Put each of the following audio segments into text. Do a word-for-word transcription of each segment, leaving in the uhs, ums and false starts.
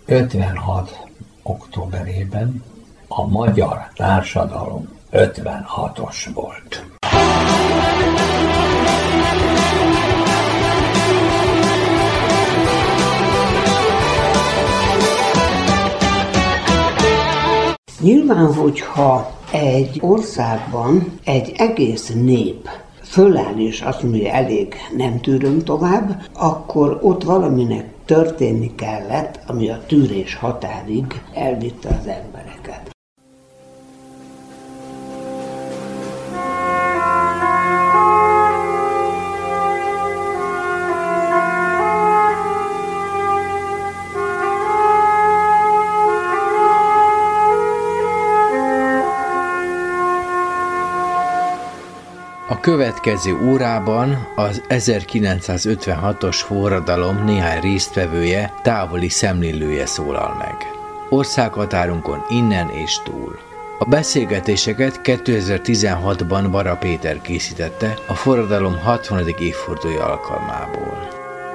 ötvenhat októberében a magyar társadalom ötvenhatos volt. Nyilván, hogyha egy országban egy egész nép föláll és azt mondja, elég, nem tűröm tovább, akkor ott valaminek történni kellett, ami a tűrés határig elvitte az embereket. A következő órában az ezerkilencszázötvenhatos forradalom néhány résztvevője, távoli szemlélője szólal meg. Országhatárunkon innen és túl. A beszélgetéseket kétezer-tizenhatban Bara Péter készítette a forradalom hatvanadik évfordulója alkalmából.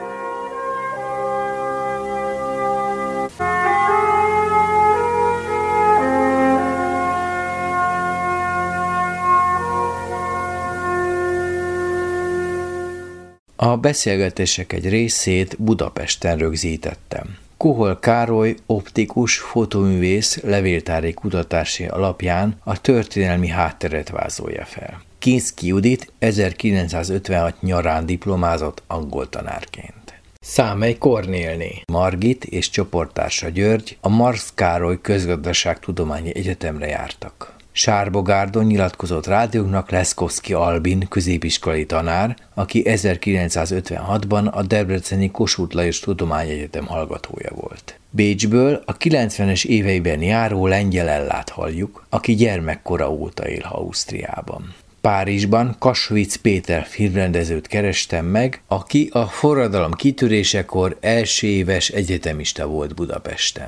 A beszélgetések egy részét Budapesten rögzítettem. Kohol Károly optikus, fotoművész levéltári kutatási alapján a történelmi hátteret vázolja fel. Kinszky Judit ezerkilencszázötvenhat nyarán diplomázott angol tanárként. Számely Kornélné, Margit és csoporttársa György a Marx Károly Közgazdaságtudományi Egyetemre jártak. Sárbogárdon nyilatkozott rádióknak Leszkowski Albin középiskolai tanár, aki ezerkilencszázötvenhatban a debreceni Kossuth Lajos Tudományegyetem hallgatója volt. Bécsből a kilencvenes éveiben járó lengyel Ellát halljuk, aki gyermekkora óta él Ausztriában. Párizsban Kassovitz Péter filmrendezőt kerestem meg, aki a forradalom kitörésekor első éves egyetemista volt Budapesten.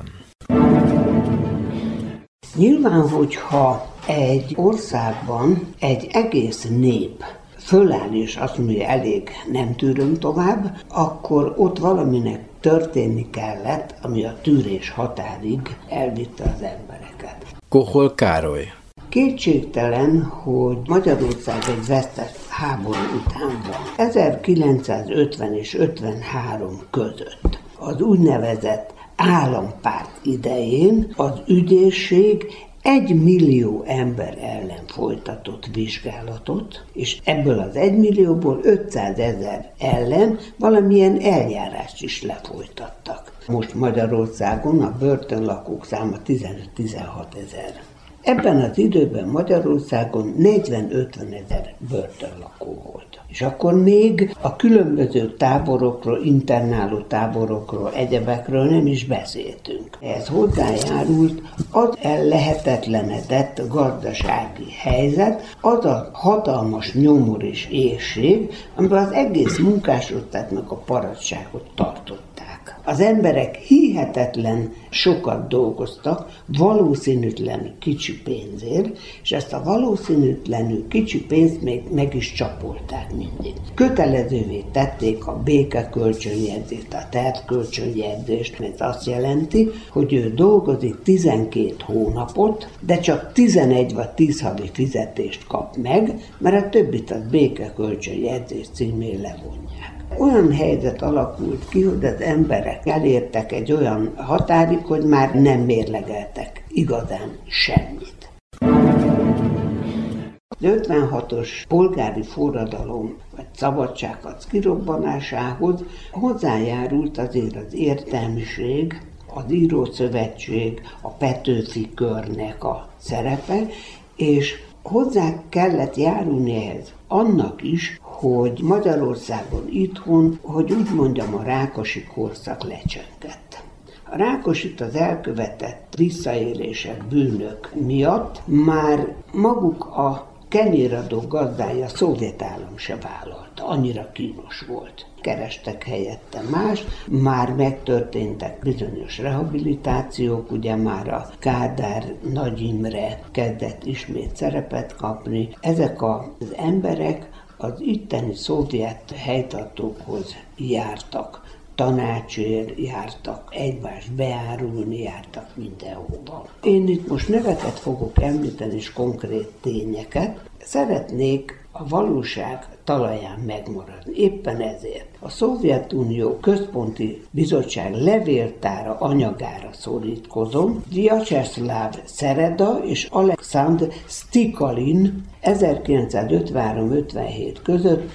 Nyilván, hogyha egy országban egy egész nép föláll és azt mondja, elég, nem tűröm tovább, akkor ott valaminek történni kellett, ami a tűrés határig elvitte az embereket. Kohol Károly. Kétségtelen, hogy Magyarország egy vesztett háború után van. ezerkilencszázötven és ötvenhárom között az úgynevezett állampárt idején az ügyészség egy millió ember ellen folytatott vizsgálatot, és ebből az egymillióból ötszázezer ellen valamilyen eljárást is lefolytattak. Most Magyarországon a börtönlakók száma tizenöt-tizenhat ezer. Ebben az időben Magyarországon negyven-ötven ezer börtönlakó volt. És akkor még a különböző táborokról, internáló táborokról, egyebekről nem is beszéltünk. Ez hozzájárult az ellehetetlenedett gazdasági helyzet, az a hatalmas nyomor és éhség, amiben az egész munkásosztálynak a paradságot tartották. Az emberek hihetetlen sokat dolgoztak, valószínűtlenül kicsi pénzért, és ezt a valószínűtlenül kicsi pénzt még meg is csapolták mindig. Kötelezővé tették a békekölcsönjegyzést, a tervkölcsönjegyzést, mert azt jelenti, hogy ő dolgozik tizenkét hónapot, de csak tizenegy vagy tíz havi fizetést kap meg, mert a többit az békekölcsönjegyzés címén levonják. Olyan helyzet alakult ki, hogy az emberek elértek egy olyan határig, hogy már nem mérlegeltek igazán semmit. Az ötvenhatos polgári forradalom vagy szabadságharc kirobbanásához hozzájárult azért az értelmiség, az írószövetség, a Petőfi körnek a szerepe, és hozzá kellett járulni ehhez annak is, hogy Magyarországon itthon, hogy úgy mondjam, a Rákosi korszak lecsengett. A Rákosit az elkövetett visszaélések, bűnök miatt már maguk a kenyéradó gazdája, a szovjet állam se vállalta, annyira kínos volt. Kerestek helyette más, már megtörténtek bizonyos rehabilitációk, ugye már a Kádár, Nagy Imre kezdett ismét szerepet kapni. Ezek az emberek az itteni szovjet helytartókhoz jártak tanácsért jártak, egymást beárulni jártak mindenhova. Én itt most neveket fogok említeni, és konkrét tényeket. Szeretnék a valóság talaján megmaradni. Éppen ezért a Szovjetunió Központi Bizottság levéltára anyagára szorítkozom. Vyacheslav Szereda és Alexandr Stikalin ezerkilencszázötvenhárom ötvenhét között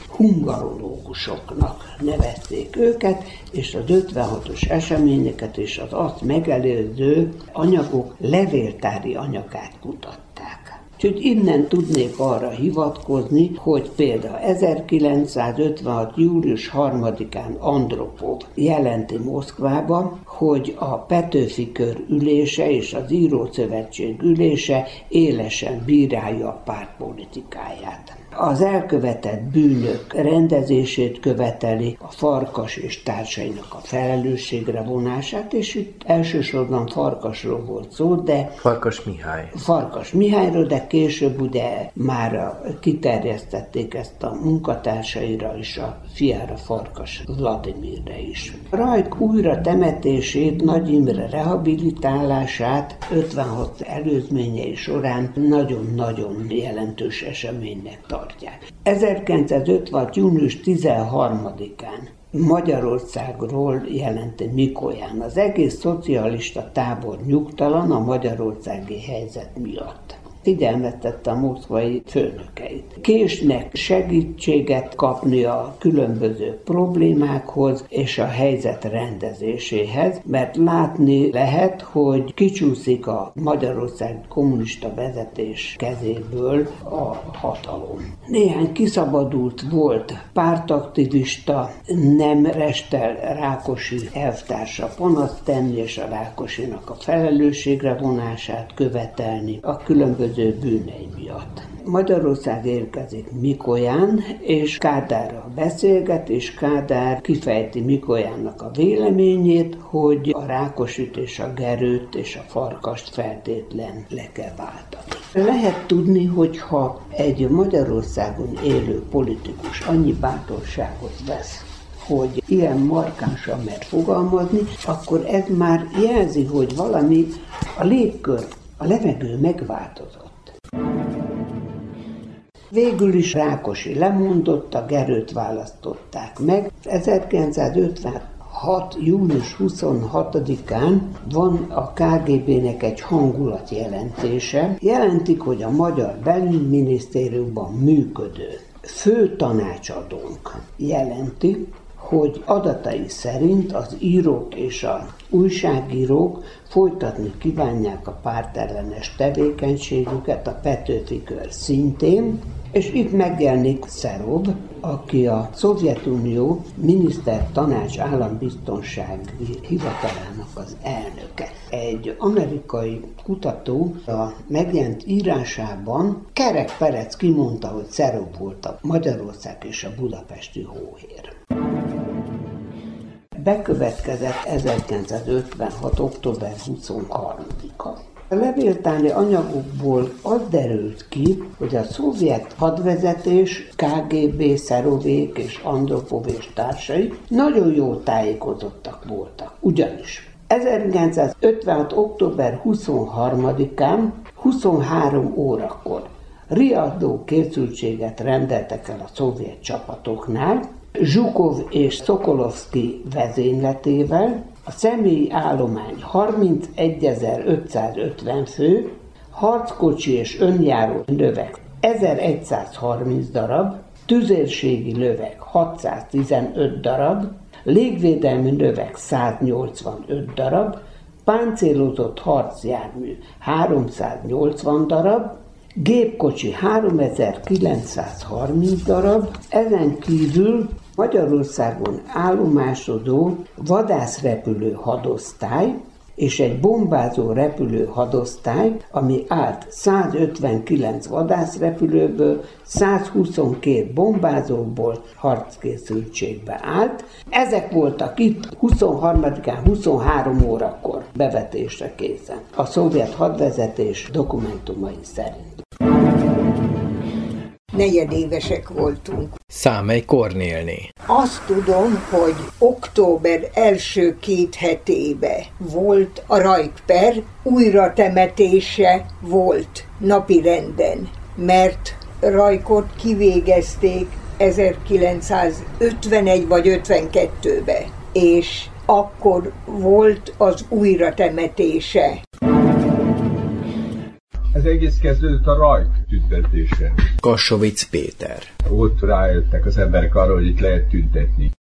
hungarológusoknak nevezték őket, és az ötvenhatos eseményeket és az azt megelőző anyagok levéltári anyagát kutatták. Úgyhogy innen tudnék arra hivatkozni, hogy például ezerkilencszázötvenhat július harmadikán Andropov jelenti Moszkvában, hogy a Petőfi Kör ülése és az Írószövetség ülése élesen bírálja a pártpolitikáját. Az elkövetett bűnök rendezését követeli, a Farkas és társainak a felelősségre vonását, és itt elsősorban Farkasról volt szó, de... Farkas Mihály. Farkas Mihályról, de később ugye már kiterjesztették ezt a munkatársaira és a fiára, Farkas Vladimirre is. Rajk újra temetését, Nagy Imre rehabilitálását ötvenhat előzményei során nagyon-nagyon jelentős eseménynek tartják. ezerkilencszázötvenhat június tizenharmadikán Magyarországról jelenti Mikolyán. Az egész szocialista tábor nyugtalan a magyarországi helyzet miatt. Figyelmeztette a moszkvai főnökeit. Késnek segítséget kapni a különböző problémákhoz és a helyzet rendezéséhez, mert látni lehet, hogy kicsúszik a Magyarország kommunista vezetés kezéből a hatalom. Néhány kiszabadult volt pártaktivista, nem restel Rákosi elvtársa panaszt tenni és a Rákosinak a felelősségre vonását követelni a különböző bűnei miatt. Magyarország érkezik Mikolyán, és Kádárral beszélget, és Kádár kifejti Mikolyánnak a véleményét, hogy a Rákosit és a Gerőt és a Farkast feltétlen le kell váltani. Lehet tudni, hogy ha egy Magyarországon élő politikus annyi bátorságot vesz, hogy ilyen markánsan mer fogalmazni, akkor ez már jelzi, hogy valami a légkör, a levegő megváltozott. Végül is Rákosi lemondott, a Gerőt választották meg. ezerkilencszázötvenhat június huszonhatodikán van a ká gé bének egy hangulatjelentése. Jelentik, hogy a magyar belügyminisztériumban működő főtanácsadónk jelenti, hogy adatai szerint az írók és a újságírók folytatni kívánják a pártellenes tevékenységüket a Petőfi Kör szintén, és itt megjelenik Szerov, aki a Szovjetunió minisztertanács állambiztonsági hivatalának az elnöke. Egy amerikai kutató a megjelent írásában Kerek Perec kimondta, hogy Szerov volt a Magyarország és a budapesti hóhér. Bekövetkezett ezerkilencszázötvenhat október huszonharmadika. A levéltári anyagokból az derült ki, hogy a szovjet hadvezetés, ká gé bé, Szerovék és Andropov és társai nagyon jó tájékozottak voltak. Ugyanis ezerkilencszázötvenhat október huszonharmadikán huszonhárom órakor riadó készültséget rendeltek el a szovjet csapatoknál, Zsukov és Szokolovszky vezényletével, a személyi állomány harmincegyezer-ötszázötven fő, harckocsi és önjáró löveg ezeregyszázharminc darab, tüzérségi löveg hatszáztizenöt darab, légvédelmi löveg száznyolcvanöt darab, páncélozott harcjármű háromszáznyolcvan darab, gépkocsi háromezer-kilencszázharminc darab, ezen kívül Magyarországon állomásodó vadászrepülő hadosztály és egy bombázó repülő hadosztály, ami állt százötvenkilenc vadászrepülőből, százhuszonkét bombázóból harckészültségbe állt. Ezek voltak itt huszonharmadikán huszonhárom órakor bevetésre készen, a szovjet hadvezetés dokumentumai szerint. negyedévesek voltunk. Számely Kornélné. Azt tudom, hogy október első két hetébe volt a rajkper, újra temetése volt napirenden, mert Rajkot kivégezték ezerkilencszázötvenegy vagy ötvenkettőbe, és akkor volt az újratemetése. Ez egész kezdődött a Rajk tüntetésen. Kassovicz Péter. Ott rájöttek az emberek arra, hogy itt lehet tüntetni.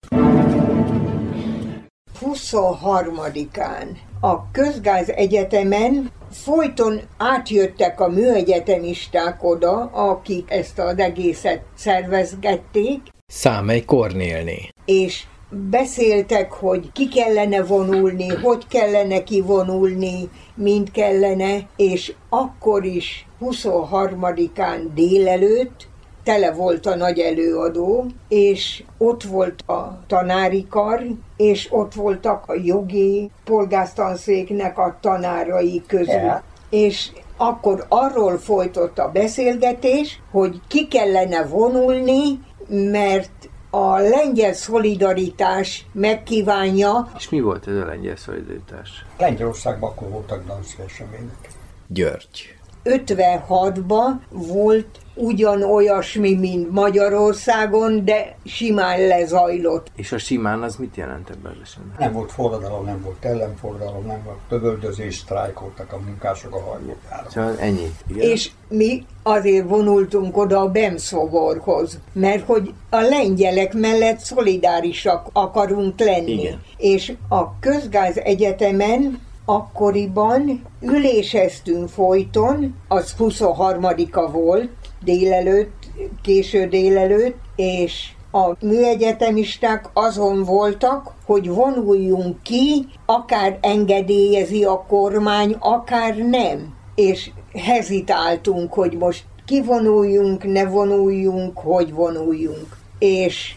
huszonharmadikán a Közgáz Egyetemen folyton átjöttek a műegyetemisták oda, akik ezt az egészet szervezgették, Számely Kornélné. és beszéltek, hogy ki kellene vonulni, hogy kellene kivonulni, mind kellene, és akkor is huszonharmadikán délelőtt tele volt a nagy előadó, és ott volt a tanári kar, és ott voltak a jogi polgásztanszéknek a tanárai közül. Yeah. És akkor arról folytott a beszélgetés, hogy ki kellene vonulni, mert a lengyel szolidaritás megkívánja. És mi volt ez a lengyel szolidaritás? Lengyelországban akkor voltak dancversemények. György. ötvenhatban volt ugyanolyasmi, mint Magyarországon, de simán lezajlott. És a simán az mit jelent ebben az esetben? Nem volt forradalom, nem volt ellenforradalom, nem volt lövöldözés, sztrájkoltak a munkások a hajójára. Szóval ennyi. Igen? És mi azért vonultunk oda a Bemszvoborhoz, mert hogy a lengyelek mellett szolidárisak akarunk lenni. Igen. És a Közgáz Egyetemen akkoriban üléseztünk folyton, az huszonharmadika volt, délelőtt, késő délelőtt, és a műegyetemisták azon voltak, hogy vonuljunk ki, akár engedélyezi a kormány, akár nem. És hezitáltunk, hogy most kivonuljunk, ne vonuljunk, hogy vonuljunk. És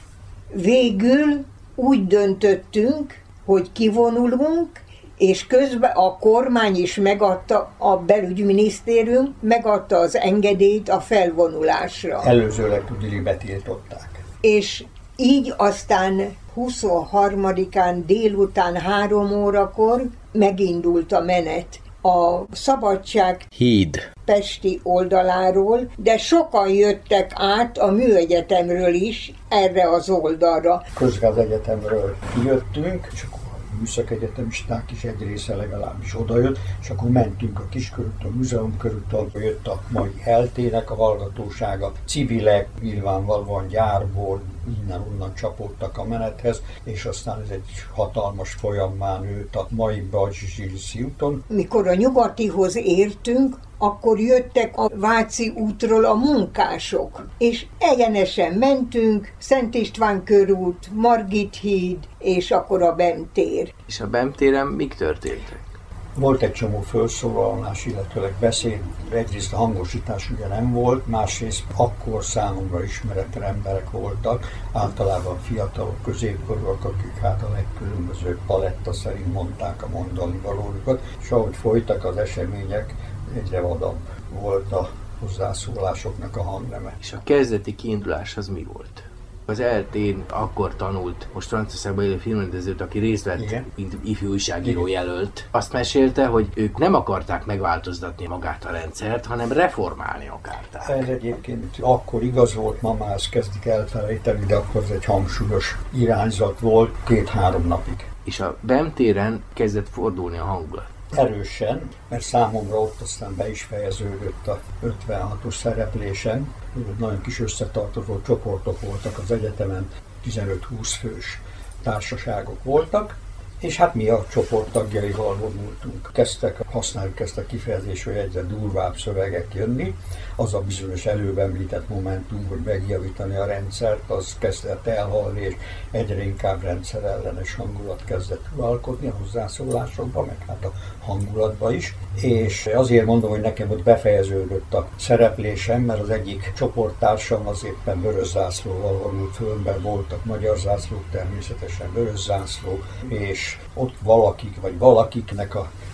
végül úgy döntöttünk, hogy kivonulunk, és közben a kormány is megadta, a belügyminisztérium megadta az engedélyt a felvonulásra. Előzőleg tudni betiltották. És így aztán huszonharmadikán délután három órakor megindult a menet a Szabadság híd pesti oldaláról, de sokan jöttek át a műegyetemről is erre az oldalra. Közgáz Egyetemről kijöttünk, és akkor műszakegyetemisták is egy része legalábbis odajött, és akkor mentünk a Kiskörúttól, a Múzeum körúttól, jött a mai eltének a hallgatósága, civilek, nyilvánvalóan gyárból, innen-onnan csapódtak a menethez, és aztán ez egy hatalmas folyammá nőtt a mai Bajzsi úton. Mikor a Nyugatihoz értünk, akkor jöttek a Váci útról a munkások, és egyenesen mentünk, Szent István körút, Margit híd, és akkor a Bem tér. És a Bem téren mik történtek? Volt egy csomó felszólalás, illetőleg beszéd, egyrészt a hangosítás ugye nem volt, másrészt akkor számomra ismeretlen emberek voltak, általában fiatalok, középkorúak, akik hát a legkülönbözőbb paletta szerint mondták a mondani valójukat, és ahogy folytak az események, egyre vadabb volt a hozzászólásoknak a hangneme. És a kezdeti kiindulás az mi volt? Az eltén akkor tanult, most Franciaországban élő filmrendezőt, aki részt vett, igen, mint ifjú újságíró jelölt. Azt mesélte, hogy ők nem akarták megváltoztatni magát a rendszert, hanem reformálni akarták. Ez egyébként akkor igaz volt, ma már ezt kezdik elfelejteni, de akkor ez egy hangsúlyos irányzat volt két-három napig. És a Bem téren kezdett fordulni a hangulat. Erősen, mert számomra ott aztán be is fejeződött a ötvenhatos szereplésem. Nagyon kis összetartozó csoportok voltak az egyetemen, tizenöt-húsz fős társaságok voltak, és hát mi a csoport tagjaival vonultunk. Kezdtek, használjuk ezt a kifejezést, hogy egyre durvább szövegek jönni. Az a bizonyos előbb említett momentum, hogy megjavítani a rendszert, az kezdett elhalni, és egyre inkább rendszerellenes hangulat kezdett uralkodni a hozzászólásokban, meg hát a hangulatban is. És azért mondom, hogy nekem ott befejeződött a szereplésem, mert az egyik csoporttársam az éppen vörös zászlóval vonult fölben, voltak magyar zászlók, természetesen vörös zászló, és ott valakik, vagy valakiknek a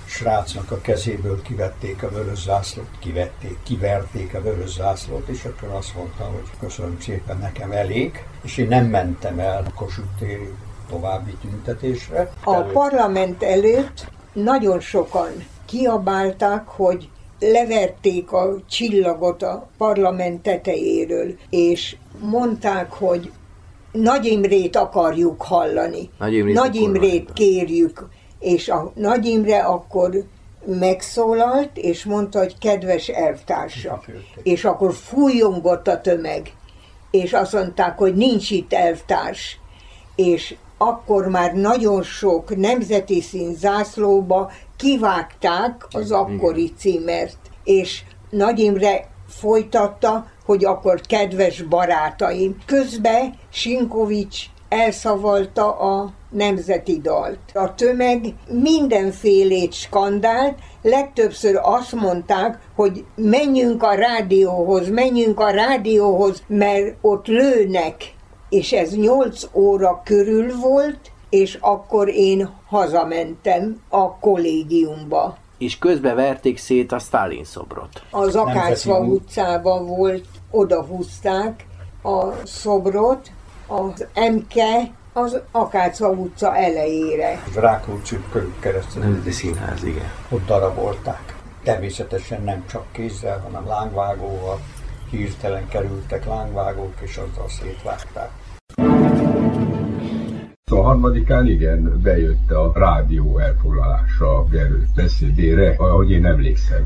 srácnak a kezéből kivették a vörös zászlót, kivették, kiverték a vörös zászlót, és akkor azt mondta, hogy köszönöm szépen, nekem elég, és én nem mentem el a Kossuth téri további tüntetésre. A előtt. Parlament előtt nagyon sokan kiabálták, hogy leverték a csillagot a parlament tetejéről, és mondták, hogy Nagy Imrét akarjuk hallani. Nagy Imrét, Nagy Imrét kérjük. És a Nagy Imre akkor megszólalt, és mondta, hogy kedves elvtársa. És akkor fújongott a tömeg. És azt mondták, hogy nincs itt elvtárs. És akkor már nagyon sok nemzeti szín zászlóba kivágták az akkori címert. És Nagy Imre folytatta, hogy akkor kedves barátaim. Közben Sinkovics elszavalta a nemzeti dalt. A tömeg mindenfélét skandált, legtöbbször azt mondták, hogy menjünk a rádióhoz, menjünk a rádióhoz, mert ott lőnek. És ez nyolc óra körül volt, és akkor én hazamentem a kollégiumba. És közben verték szét a Sztálin szobrot. Az Akácva utcában volt, oda húzták a szobrot, az Emke az Akácva utca elejére. Az Rákóczi körül keresztül. Nemzeti Színház, igen. Ott darabolták. Természetesen nem csak kézzel, hanem lángvágóval. Hirtelen kerültek lángvágók, és azzal szétvágták. A harmadikán igen, bejött a rádió elfoglalása Gerős beszédére, ahogy én emlékszem.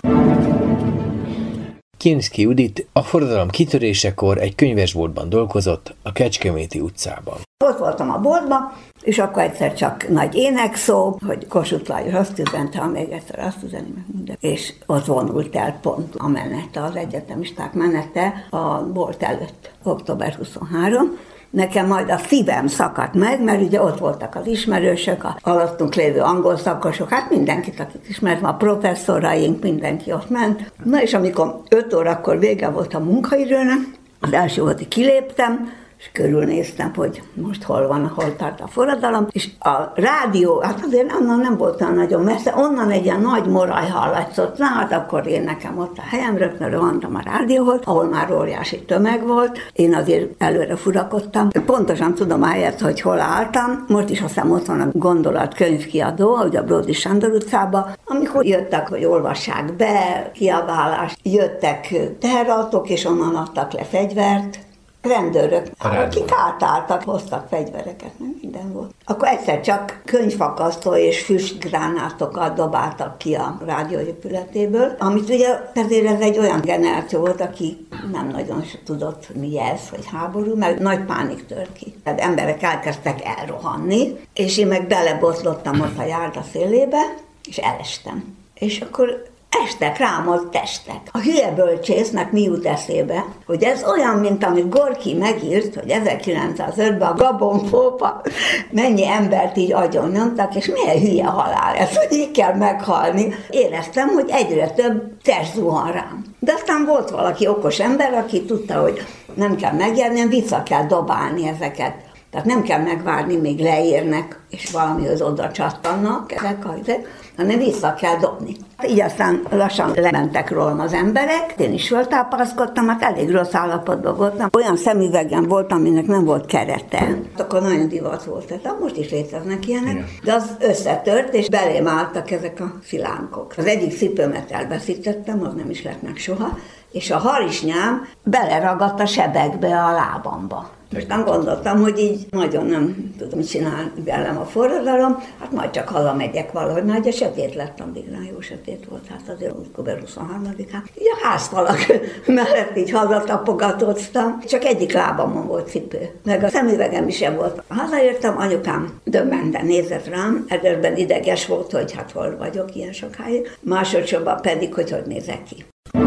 Kinszki Judit a forradalom kitörésekor egy könyvesboltban dolgozott a Kecskeméti utcában. Ott voltam a boltban, és akkor egyszer csak nagy énekszó, hogy Kossuth Lajos azt üzente, ha még egyszer azt üzeni, meg minden. És ott vonult el pont a menete, az egyetemisták menete a bolt előtt, október huszonharmadika. Nekem majd a szívem szakadt meg, mert ugye ott voltak az ismerősök, a alattunk lévő angol szakosok, hát mindenkit, akit ismert, a professzoraink, mindenki ott ment. Na és amikor öt órakor vége volt a munkaidőnek, az első volt, hogy kiléptem, és körülnéztem, hogy most hol van, hol tart a forradalom, és a rádió, hát azért onnan nem volt olyan nagyon messze, onnan egy ilyen nagy moraj hallatszott, na hát akkor én nekem ott a helyem, rögtön rohantam a rádióhoz, ahol már óriási tömeg volt, én azért előre furakodtam. Pontosan tudom helyet, hogy hol álltam, most is azt hiszem ott van a Gondolat könyvkiadó, ugye a Bródi Sándor utcába, amikor jöttek, hogy olvassák be, kiabálás, jöttek teherautók, és onnan adtak le fegyvert, rendőrök, akik átálltak, hoztak fegyvereket, nem minden volt. Akkor egyszer csak könyvfakasztó és füstgránátokat dobáltak ki a rádió épületéből, amit ugye ezért ez egy olyan generáció volt, aki nem nagyon tudott, hogy mi ez, hogy háború, mert nagy pánik tört ki. Tehát emberek elkezdtek elrohanni, és én meg belebotlottam ott a járda szélébe, és elestem. És akkor estek rám a testek. A hülye bölcsésznek mi jut eszébe, hogy ez olyan, mint amit Gorki megírt, hogy ezerkilencszázötben a Gabon Pópa mennyi embert így agyonnyomtak, és milyen hülye halál ez, hogy így kell meghalni. Éreztem, hogy egyre több test zuhan rám. De aztán volt valaki okos ember, aki tudta, hogy nem kell megjelni, vissza kell dobálni ezeket. Tehát nem kell megvárni, még leérnek, és valamihoz oda csattannak ezek a hizek, hanem vissza kell dobni. Így aztán lassan lementek rólam az emberek, én is föltápaszkodtam, hát elég rossz állapotban voltam. Olyan szemüvegem volt, aminek nem volt kerete. Akkor nagyon divat volt, tehát most is léteznek ilyenek, igen. De az összetört, és belém álltak ezek a szilánkok. Az egyik cipőmet elveszítettem, az nem is lett meg soha, és a harisnyám beleragadt a sebekbe a lábamba. Aztán gondoltam, hogy így nagyon nem tudom csinálni velem a forradalom, hát majd csak hazamegyek valahogy, mert ugye sötét lett, addigra jó sötét volt, hát azért október huszonharmadikán. Így a házfalak mellett így hazatapogatóztam, csak egyik lábamon volt cipő, meg a szemüvegem is sem volt. Hazaértem, anyukám döbbenten nézett rám, előbben ideges volt, hogy hát hol vagyok ilyen sokáig, másodszorban pedig, hogy hogy nézek ki.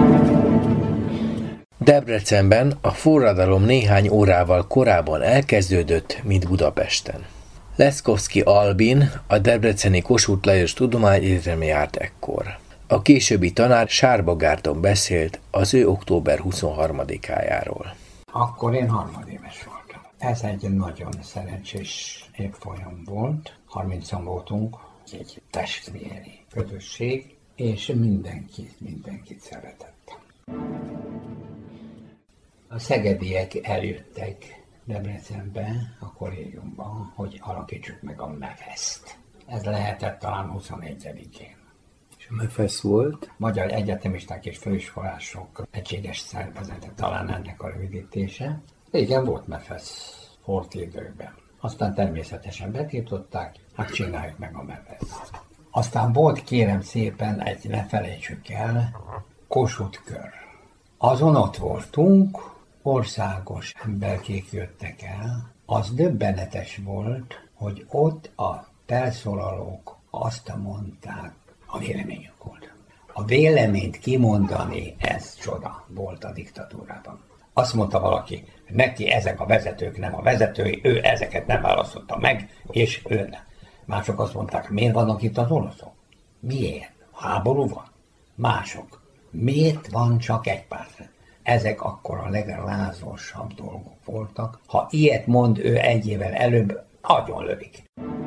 Debrecenben a forradalom néhány órával korábban elkezdődött, mint Budapesten. Leszkowski Albin a debreceni Kossuth Lajos Tudományegyetemre járt ekkor. A későbbi tanár Sárba Gárdon beszélt az ő október huszonharmadikájáról. Akkor én harmadéves voltam. Ez egy nagyon szerencsés évfolyam volt. harmincan voltunk, egy testvéri közösség, és mindenkit, mindenkit szeretett. A szegediek eljöttek Debrecenbe, a kollégiumban, hogy alakítsuk meg a mefeszt. Ez lehetett talán huszonegyedikén. És a mefesz volt? Magyar Egyetemisták és Főiskolások Egységes Szervezete, talán ennek a rövidítése. Igen, volt mefesz volt időben. Aztán természetesen betiltották, hát csináljuk meg a mefeszt. Aztán volt, kérem szépen, egy, ne felejtsük el, Kossuth kör. Azon ott voltunk, országos emberkék jöttek el. Az döbbenetes volt, hogy ott a felszólalók azt mondták, a véleményük volt. A véleményt kimondani, ez csoda volt a diktatúrában. Azt mondta valaki, neki ezek a vezetők nem a vezetői, ő ezeket nem választotta meg, és ő nem. Mások azt mondták, miért vannak itt az oroszok? Miért? Háború van? Mások. Miért van csak egy párt? Ezek akkor a leglázosabb dolgok voltak. Ha ilyet mond ő egy évvel előbb, agyon lövik.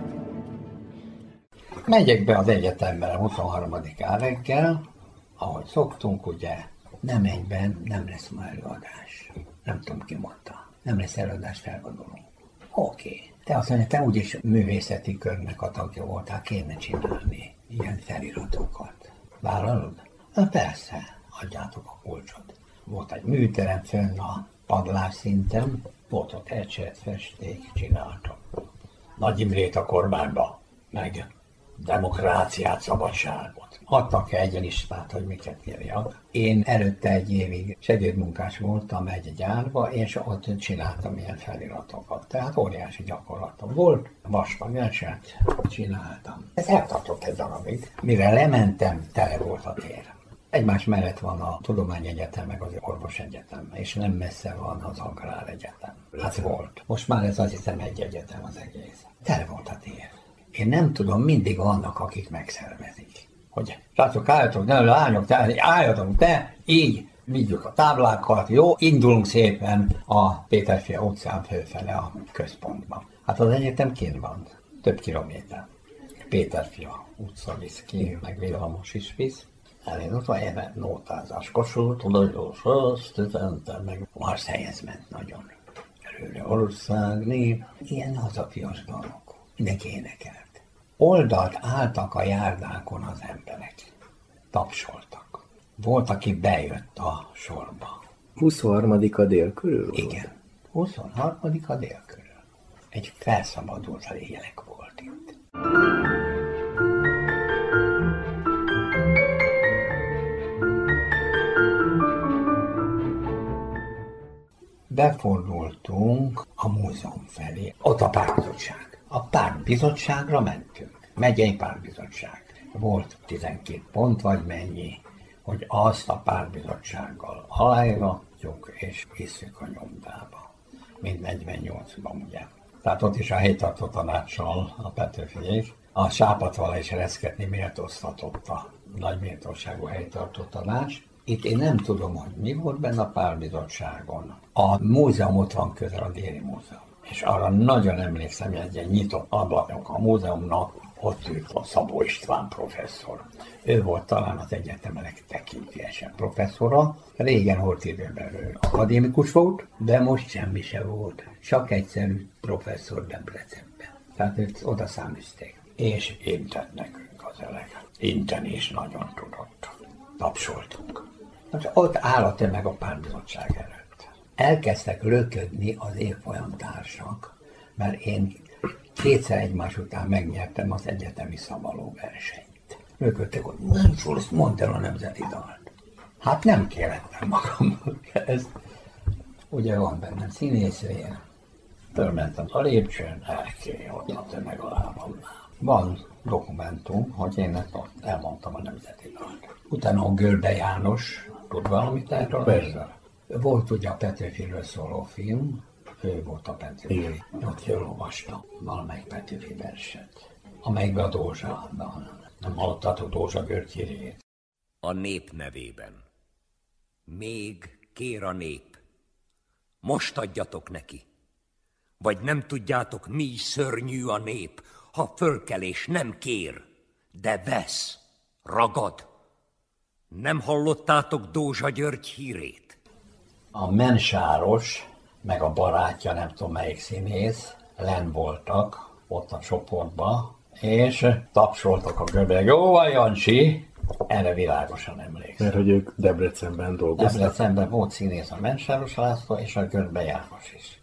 Megyek be az egyetemben a huszonharmadikán reggel, ahogy szoktunk, ugye, nem egyben nem lesz ma előadás. Nem tudom, ki mondta. Nem lesz előadás, felvonulunk. Oké. Okay. Te azt mondja, te úgyis művészeti körnek a tagja voltál, kéne csinálni ilyen feliratokat. Vállalod? Na persze, adjátok a kulcsot. Volt egy műterem fönn a padlás szinten, volt ott ecset, festék, csináltam. Nagy Imrét a kormányba, meg demokráciát, szabadságot. Adtak egy listát, hogy miket írjak. Én előtte egy évig segédmunkás voltam egy gyárba, és ott csináltam ilyen feliratokat. Tehát óriási gyakorlatom volt, vastag eset csináltam. Ez eltartott egy darabig. Mire lementem, tele volt a tér. Egymás mellett van a Tudományegyetem, meg az Orvosegyetem, és nem messze van az Agráregyetem. Hát volt. Most már ez azt hiszem egy egyetem az egész. Tele volt a tér. Én nem tudom, mindig vannak, akik megszervezik. Hogy srácok, álljatok, ne, lányok, te, álljatok, te, így, vigyük a táblákat, jó, indulunk szépen a Péterfia utcán fölfele a központba. Hát az egyetem kint van, több kilométer. Péterfia utca visz ki, meg villamos is visz. Elindult a jelen nótázás, Kossuth, tudajos, azt üzentem, meg Marseille-hez ment nagyon. Előre ország, nép, ilyen hazafias dalok. Mindenki énekelt. Oldalt álltak a járdákon az emberek. Tapsoltak. Volt, aki bejött a sorba. huszonharmadika dél körül? Igen. huszonharmadika dél körül. Egy felszabadult lélek volt itt. Befordultunk a múzeum felé. Ott a pártbizottság. A pártbizottságra mentünk. Megyei pártbizottság. Volt tizenkét pont, vagy mennyi, hogy azt a pártbizottsággal aláíratjuk, és visszük a nyomdába. Mint negyvennyolcban, ugye. Tehát ott is a helytartó tanácssal a Petőfiék, a Sápatvala és Reszketni méltóztatott a nagy méltóságú helytartó tanács. Itt én nem tudom, hogy mi volt benne a pártbizottságon. A múzeum ott van közel, a Déri Múzeum. És arra nagyon emlékszem, hogy egy ilyen nyitott ablakok a múzeumnak, ott ült a Szabó István professzor. Ő volt talán az egyetem legtekintélyesebb professzora. Régen volt időben ő akadémikus volt, de most semmi se volt. Csak egyszerű professzor Debrecenben. Tehát őt oda száműzték. És intett nekünk az eleget. Inteni is nagyon tudott. Tapsoltunk. Most ott áll a tömeg a pártbizottság előtt. Elkezdtek löködni az évfolyamtársak, mert én kétszer egymás után megnyertem az egyetemi szavaló versenyt. Löködtek, hogy nem szólsz, mondd el a nemzeti dalt. Hát nem kérhettem magammal ezt. Ugye van bennem színészvér. Fölmentem a lépcsőn, elké, ott a tömeg a lábamnál. Van dokumentum, hogy én ezt elmondtam a nemzeti dalt. Utána a Görbe János tud valamit erről? Persze. Volt ugye a Petőfiről szóló film, ő volt a Petőfi. Ott felolvastam valamelyik Petőfi verset, amelyikben a Dózsa, nem hallottatok Dózsa Görgyéjét. A nép nevében. Még kér a nép. Most adjatok neki. Vagy nem tudjátok, mi szörnyű a nép, ha fölkelés nem kér, de vesz. Ragad! Nem hallottátok Dózsa György hírét? A Mensáros, meg a barátja, nem tudom melyik színész, lenn voltak ott a csoportban, és tapsoltak a görbének. Jó van, Jancsi! Erre világosan emlékszem. Mert hogy ők Debrecenben dolgoztak. Debrecenben volt színész a Mensáros László, és a Görbe János is.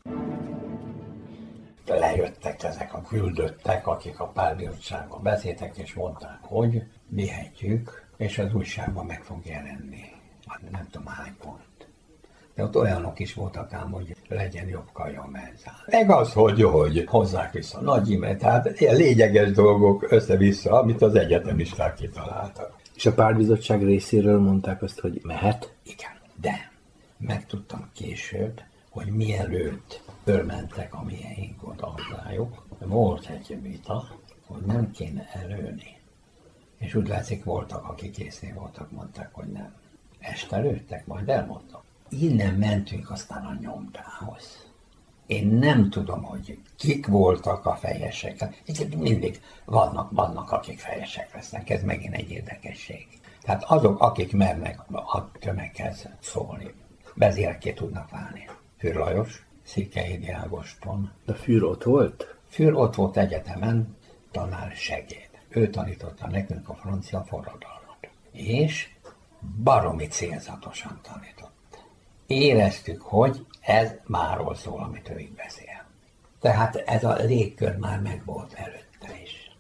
Lejöttek ezek a küldöttek, akik a párbizottságban beszéltek, és mondták, hogy vihetjük, és az újságban meg fog jelenni. Nem tudom hány pont. De ott olyanok is voltak ám, hogy legyen jobb kaja a menzán. Meg az, hogy, hogy hozzák vissza Nagy Imre, tehát ilyen lényeges dolgok össze-vissza, amit az egyetemisták kitaláltak. És a pártbizottság részéről mondták azt, hogy mehet? Igen, de megtudtam később, hogy mielőtt fölmentek a mieink oda hozzájuk, volt egy vita, hogy nem kéne előni. És úgy látszik, voltak, akik késznél voltak, mondták, hogy nem. Este lőttek, majd elmondtam. Innen mentünk aztán a nyomdához. Én nem tudom, hogy kik voltak a fejesek. Mindig vannak, vannak, akik fejesek lesznek, ez megint egy érdekesség. Tehát azok, akik mernek a tömeghez szólni, vezérekké tudnak válni. Fűr Lajos, Székelyhidi Ágoston. De Fűr ott volt? Fűr ott volt egyetemen, tanár segéd. Ő tanította nekünk a francia forradalmat. És baromi célzatosan tanított. Éreztük, hogy ez máról szól, amit ő így beszél. Tehát ez a légkör már megvolt előtte is.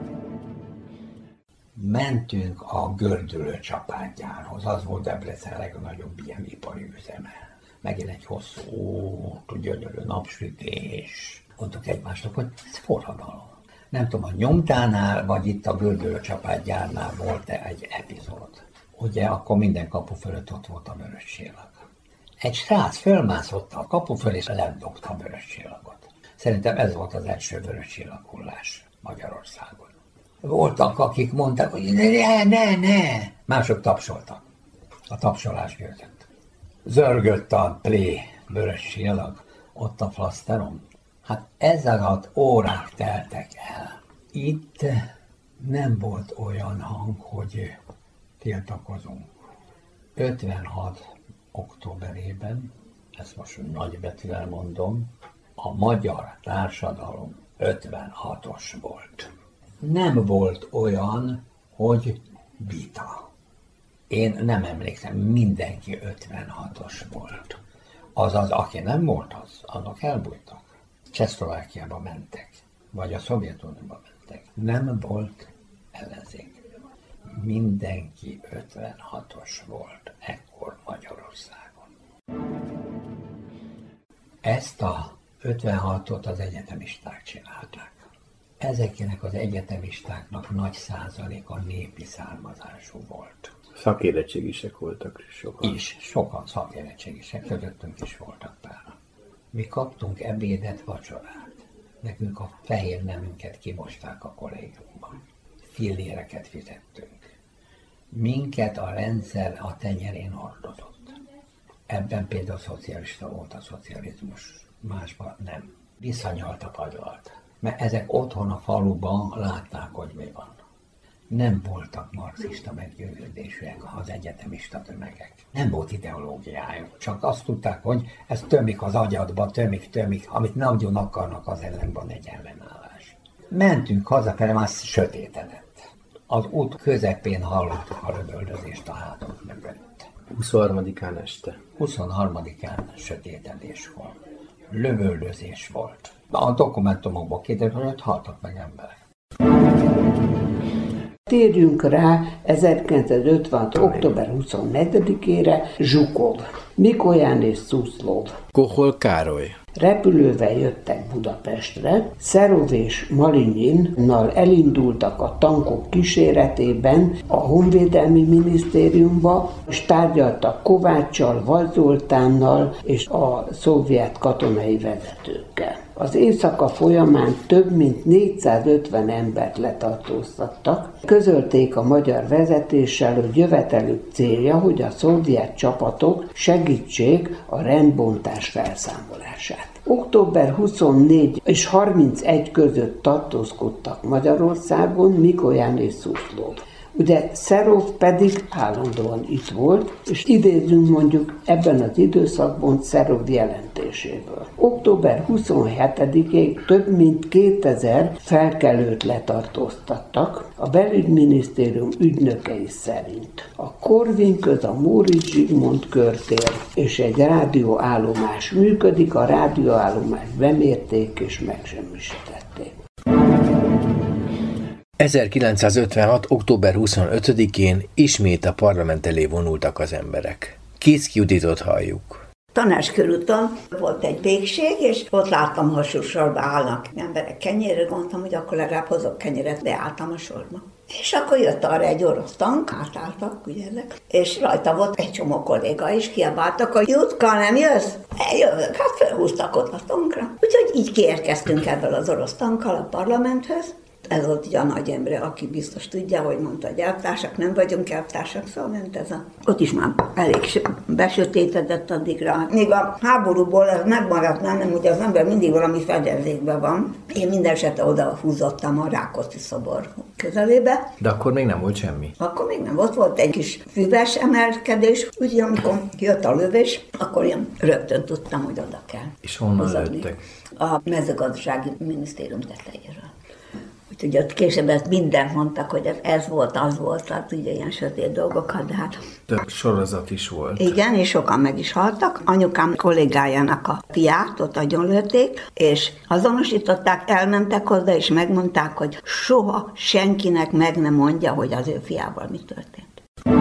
Mentünk a gördülő csapátgyárhoz, az volt Debrecen legnagyobb ilyen ipari üzeme. Megint egy hosszú út, gyönyörű napsütés. Mondtuk egymásnak, hogy ez forradalom. Nem tudom, a nyomdánál, vagy itt a gördülő csapátgyárnál volt-e egy epizód. Ugye akkor minden kapu fölött ott volt a vörös csillag. Egy srác fölmászott a kapu föl, és ledobta a vörös csillagot. Szerintem ez volt az első vörös csillaghullás Magyarországon. Voltak, akik mondták, hogy ne, ne, ne. Mások tapsoltak. A tapsolás győzött. Zörgött a plé vörös csillag ott a flaszteron. Hát ezzel az órák teltek el. Itt nem volt olyan hang, hogy tiltakozunk. ötvenhat októberében, ezt most nagybetűvel mondom, a magyar társadalom ötvenhatos volt. Nem volt olyan, hogy vita. Én nem emlékszem, mindenki ötvenhatos volt. Azaz, aki nem volt az, annak elbújtak. Csehszlovákiába mentek, vagy a Szovjetunióba mentek. Nem volt ellenzék. Mindenki ötvenhatos volt ekkor Magyarországon. Ezt a ötvenhatot az egyetemisták csinálták. Ezeknek az egyetemistáknak nagy százaléka népi származású volt. Szakérettségisek voltak sokan. Is, sokan szakérettségisek, közöttünk is voltak pár. Mi kaptunk ebédet, vacsorát. Nekünk a fehér nemünket kimosták a kollégiumban. Filléreket fizettünk. Minket a rendszer a tenyerén hordozott. Ebben például szocialista volt a szocializmus, másban nem. Visszanyalt a padlalt. Mert ezek otthon a faluban látták, hogy mi van. Nem voltak marxista meggyőződésűek az egyetemista tömegek. Nem volt ideológiájuk, csak azt tudták, hogy ez tömik az agyadba, tömik, tömik, amit nagyon akarnak, az ellen van egy ellenállás. Mentünk hazafele, már sötétedett. Az út közepén hallottuk a lövöldözést a hátunk mögött. huszonharmadikán este. huszonharmadikán sötétedés volt. Lövöldözés volt. A dokumentumokból kiderül, hogy haltak meg emberek. Térjünk rá ezerkilencszázötvenhat. október huszonnegyedikére, Zsukov, Mikolyán és Szuszlov. Kohol Károly. Repülővel jöttek Budapestre, Szerov és Malinyinnal elindultak a tankok kíséretében a Honvédelmi Minisztériumba, és tárgyaltak Kováccsal, Vaz Zoltánnal és a szovjet katonai vezetőkkel. Az éjszaka folyamán több mint négyszázötven embert letartóztattak. Közölték a magyar vezetéssel, hogy jövetelük célja, hogy a szovjet csapatok segítsék a rendbontás felszámolását. október huszonnégy és harmincegy között tartózkodtak Magyarországon Mikolyán és Szuszlov. Ugye Szerov pedig állandóan itt volt, és idézünk mondjuk ebben az időszakban Szerov jelentéséből. október huszonhetedikéig több mint kétezer felkelőt letartóztattak, a belügyminisztérium ügynökei szerint. A Korvin köz a Móricz Zsigmond körtér és egy rádióállomás működik, a rádióállomást bemérték és megsemmisítették. ezerkilencszázötvenhat. október huszonötödikén ismét a parlament elé vonultak az emberek. Kiszki Juditot halljuk. Tanácskörúton volt egy végség, és ott láttam, hogy sorba állnak emberek kenyérre, gondoltam, hogy akkor legalább hozok kenyeret, beálltam a sorba. És akkor jött arra egy orosz tank, átálltak, ugye ezek, és rajta volt egy csomó kolléga is, kiabáltak, hogy Jutka, nem jössz? Eljövök, hát felhúztak ott a tankra. Úgyhogy így kiérkeztünk ebből az orosz tankkal a parlamenthez. Ez volt ugye a Nagy Emre, aki biztos tudja, hogy mondta, hogy elvtársak, nem vagyunk elvtársak, szóval ment ez a... Ott is már elég besötétedett addigra. Még a háborúból ez megmaradt nem, ugye az ember mindig valami fedezékben van. Én minden esetre oda húzottam a Rákóczi szobor közelébe. De akkor még nem volt semmi? Akkor még nem volt, volt egy kis füves emelkedés, úgyhogy amikor jött a lövés, akkor én rögtön tudtam, hogy oda kell. És honnan hozadni. lőttek? A mezőgazdasági minisztérium tetejéről. Úgyhogy ott később ezt mindent mondtak, hogy ez, ez volt, az volt, tehát ugye ilyen sötét dolgokat, de hát... Több sorozat is volt. Igen, és sokan meg is haltak. Anyukám kollégájának a fiát ott agyonlőtték, és azonosították, elmentek hozzá, és megmondták, hogy soha senkinek meg nem mondja, hogy az ő fiával mi történt.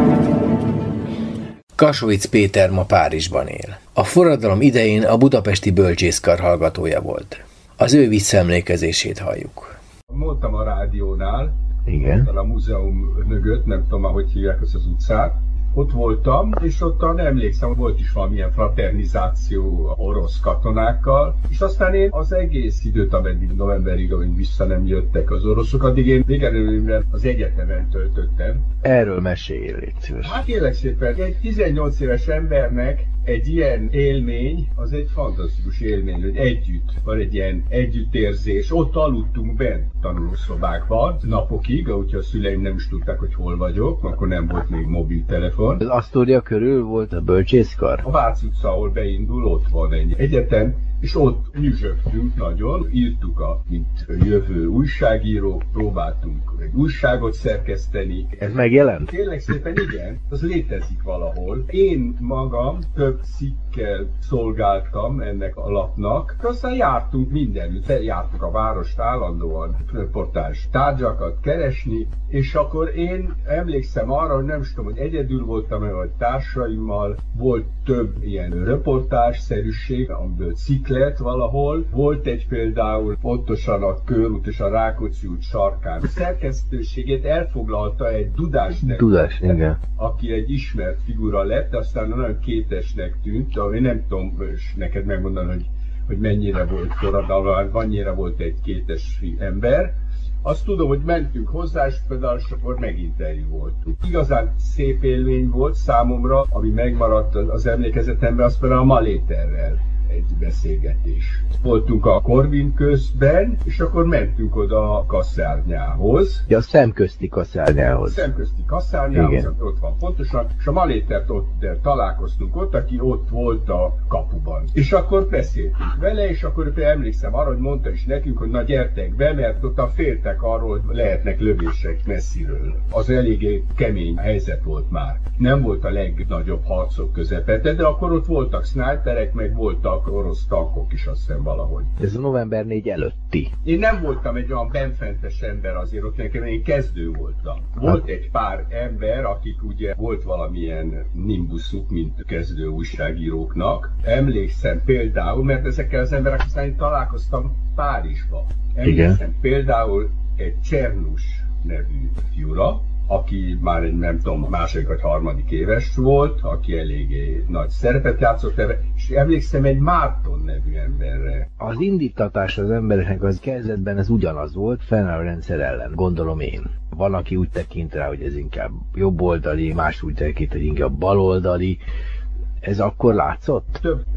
Kassovitz Péter ma Párizsban él. A forradalom idején a budapesti bölcsészkar hallgatója volt. Az ő visszaemlékezését halljuk. Mondtam a rádiónál, Igen. a múzeum mögött, nem tudom már, hogy hívják ezt az utcát. Ott voltam, és ottan emlékszem, volt is valamilyen fraternizáció orosz katonákkal, és aztán én az egész időt, ameddig novemberig, amíg vissza nem jöttek az oroszok, addig én végeredményben az egyetemen töltöttem. Erről mesélj, légy szíves. Hát kérlek szépen, egy tizennyolc éves embernek egy ilyen élmény, az egy fantasztikus élmény, hogy együtt van egy ilyen együttérzés. Ott aludtunk bent tanulószobákban napokig, úgyhogy a szüleim nem is tudták, hogy hol vagyok, akkor nem volt még mobiltelefon. Az Asztória körül volt a bölcsészkar? A Vác utca, ahol beindul, ott van egy egyetem, és ott nyüzsögtünk nagyon, írtuk a, mint jövő újságírók, próbáltunk egy újságot szerkeszteni. Ez megjelent? Kérlek szépen igen, az létezik valahol. Én magam több cikkel szolgáltam ennek a lapnak, aztán jártunk mindenütt, jártuk a várost állandóan, reportázs tárgyakat keresni, és akkor én emlékszem arra, hogy nem is tudom, hogy egyedül voltam, vagy társaimmal, volt több ilyen reportázsszerűség, amiből cikk lett valahol. Volt egy például pontosan a Körút és a Rákóczi út sarkán. A szerkesztőségét elfoglalta egy Dudás nevű, Dudás, igen. aki egy ismert figura lett, aztán nagyon kétesnek tűnt, ami nem tudom neked megmondani, hogy, hogy mennyire volt forradalom, annyira volt egy kétes ember. Azt tudom, hogy mentünk hozzá, és például akkor meginterjú voltunk. Igazán szép élmény volt számomra, ami megmaradt az emlékezetemben, az például a Maléterrel egy beszélgetés. Voltunk a Korvin közben, és akkor mentünk oda a kaszárnyához. Ja, a szemközti kaszárnyához. A szemközti kaszárnyához, ott van pontosan, és a Malétert ott de találkoztunk ott, aki ott volt a kapuban. És akkor beszéltünk vele, és akkor emlékszem arra, hogy mondta is nekünk, hogy na gyertek be, mert ott a féltek arról, hogy lehetnek lövések messziről. Az eléggé kemény helyzet volt már. Nem volt a legnagyobb harcok közepette, de akkor ott voltak sniperek, meg voltak orosz tankok is, azt hiszem valahogy. Ez a november negyedike előtti. Én nem voltam egy olyan benfentes ember azért ott nekem, én kezdő voltam. Volt hát. egy pár ember, akik ugye volt valamilyen nimbuszuk, mint kezdő újságíróknak. Emlékszem például, mert ezekkel az emberek aztán én találkoztam Párizsba. Emlékszem Igen. például egy Csernus nevű fiúra, aki már egy, nem tudom, második vagy harmadik éves volt, aki eléggé nagy szerepet játszott ebbe, és emlékszem egy Márton nevű emberre. Az indítatás az embereknek az kezdetben ez ugyanaz volt, fennálló rendszer ellen, gondolom én. Van, aki úgy tekint rá, hogy ez inkább jobboldali, más úgy tekint, hogy inkább baloldali. Ez akkor látszott? Több